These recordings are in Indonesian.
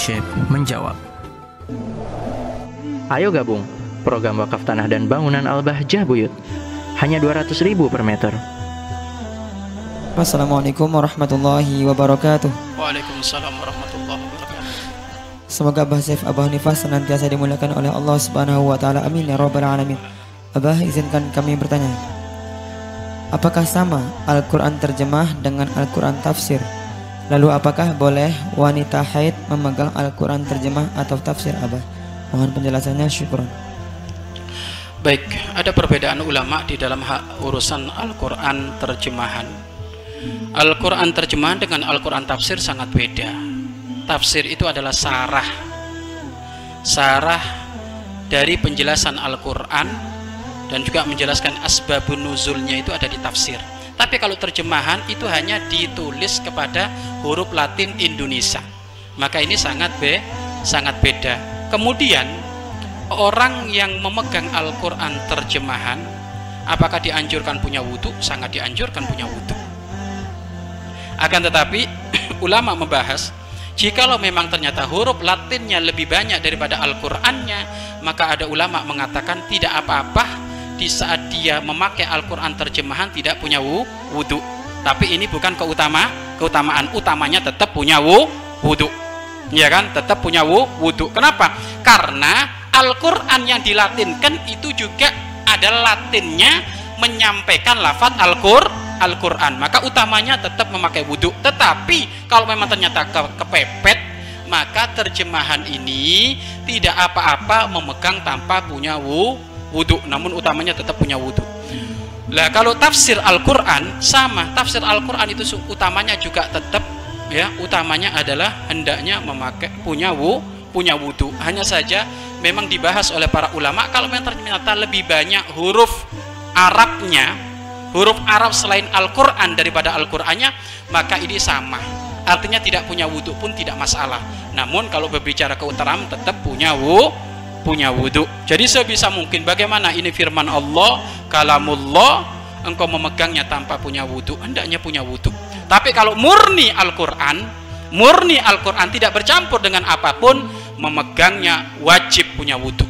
Syekh menjawab. Ayo gabung program wakaf tanah dan bangunan Al-Bahjah Buyut. Hanya 200.000 per meter. Assalamualaikum warahmatullahi wabarakatuh. Waalaikumsalam warahmatullahi wabarakatuh. Semoga Abah Saif Abah Hanifah senantiasa dimuliakan oleh Allah Subhanahu wa taala. Amin ya rabbal alamin. Abah, izinkan kami bertanya. Apakah sama Al-Qur'an terjemah dengan Al-Qur'an tafsir? Lalu apakah boleh wanita haid memegang Al-Qur'an terjemah atau tafsir, Abah? Mohon penjelasannya, syukron. Baik, ada perbedaan ulama di dalam urusan Al-Qur'an terjemahan. Al-Qur'an terjemahan dengan Al-Qur'an tafsir sangat beda. Tafsir itu adalah sarah dari penjelasan Al-Qur'an dan juga menjelaskan asbabun nuzulnya itu ada di tafsir. Tapi kalau terjemahan itu hanya ditulis kepada huruf Latin Indonesia. Maka ini sangat beda. Kemudian orang yang memegang Al-Qur'an terjemahan, apakah dianjurkan punya wudhu? Sangat dianjurkan punya wudhu. Akan tetapi ulama membahas, jikalau memang ternyata huruf Latinnya lebih banyak daripada Al-Qur'annya, maka ada ulama mengatakan tidak apa-apa di saat dia memakai Al-Qur'an terjemahan tidak punya wudhu. Tapi ini bukan keutamaan utamanya tetap punya wudhu. Ya kan, tetap punya wudhu. Kenapa? Karena Al-Qur'an yang dilatinkan itu juga ada Latinnya menyampaikan lafaz Al-Qur'an. Maka utamanya tetap memakai wudhu. Tetapi kalau memang ternyata kepepet, maka terjemahan ini tidak apa-apa memegang tanpa punya wudhu. Namun utamanya tetap punya wudhu. Lah kalau tafsir Al-Qur'an sama, tafsir Al-Qur'an itu utamanya juga tetap utamanya adalah hendaknya punya wudhu. Hanya saja memang dibahas oleh para ulama, kalau memang ternyata lebih banyak huruf Arabnya, huruf Arab selain Al-Qur'an daripada Al-Qur'annya, maka ini sama, artinya tidak punya wudhu pun tidak masalah. Namun kalau berbicara keutamaan tetap punya wudhu. Jadi sebisa mungkin, bagaimana ini firman Allah, kalamullah, engkau memegangnya tanpa punya wudhu, hendaknya punya wudhu. Tapi kalau murni Al-Qur'an tidak bercampur dengan apapun, memegangnya wajib punya wudhu.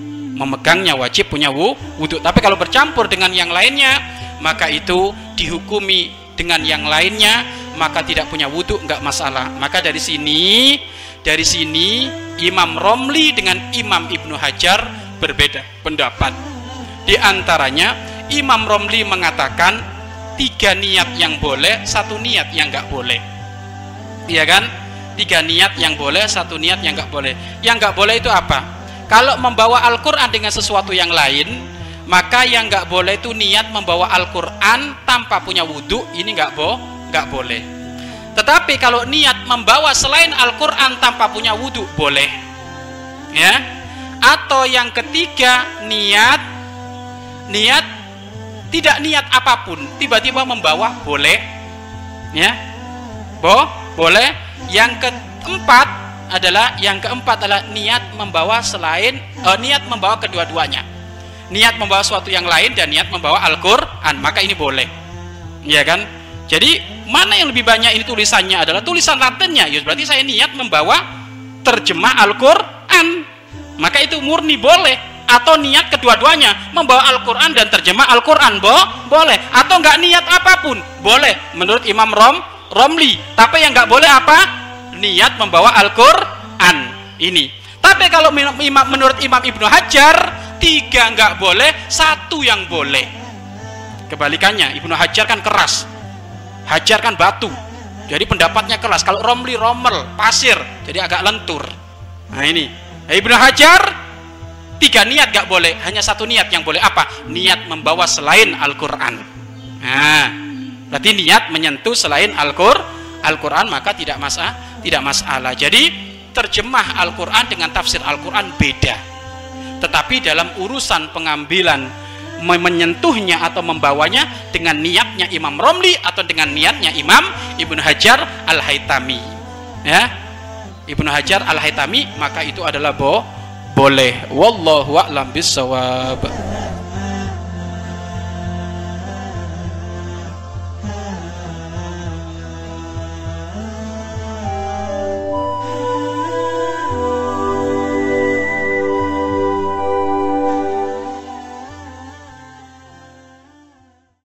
Tapi kalau bercampur dengan yang lainnya, maka itu dihukumi dengan yang lainnya, maka tidak punya wudhu, enggak masalah. Maka dari sini Imam Romli dengan Imam Ibnu Hajar berbeda pendapat. Di antaranya Imam Romli mengatakan 3 niat yang boleh, 1 niat yang enggak boleh. Iya kan? 3 niat yang boleh, 1 niat yang enggak boleh. Yang enggak boleh itu apa? Kalau membawa Al-Qur'an dengan sesuatu yang lain, maka yang enggak boleh itu niat membawa Al-Qur'an tanpa punya wudhu. Ini enggak boleh. Tetapi kalau niat membawa selain Al-Qur'an tanpa punya wudhu, boleh. Ya. Atau yang ketiga, niat tidak niat apapun, tiba-tiba membawa, boleh. Ya. Boleh. Yang keempat adalah niat membawa kedua-duanya. Niat membawa sesuatu yang lain dan niat membawa Al-Qur'an, maka ini boleh. Ya kan? Jadi mana yang lebih banyak ini tulisannya adalah tulisan Latinnya, ya berarti saya niat membawa terjemah Al-Qur'an, maka itu murni boleh. Atau niat kedua-duanya, membawa Al-Qur'an dan terjemah Al-Qur'an, boleh. Atau enggak niat apapun, boleh menurut Imam Romli. Tapi yang enggak boleh apa? Niat membawa Al-Qur'an ini. Tapi kalau menurut Imam Ibnu Hajar, 3 enggak boleh, 1 yang boleh. Kebalikannya, Ibnu Hajar kan keras, Hajar kan batu, jadi pendapatnya keras. Kalau Romli romel, pasir, jadi agak lentur. Nah ini Ibnu Hajar 3 niat gak boleh, hanya 1 niat yang boleh. Apa? Niat membawa selain Al-Qur'an. Nah, berarti niat menyentuh selain Al-Qur'an, maka tidak masalah. Jadi terjemah Al-Qur'an dengan tafsir Al-Qur'an beda. Tetapi dalam urusan pengambilan menyentuhnya atau membawanya dengan niatnya Imam Romli atau dengan niatnya Imam Ibnu Hajar Al-Haytami, ya, Ibnu Hajar Al-Haytami, maka itu adalah boleh. Wallahu a'lam bishawab.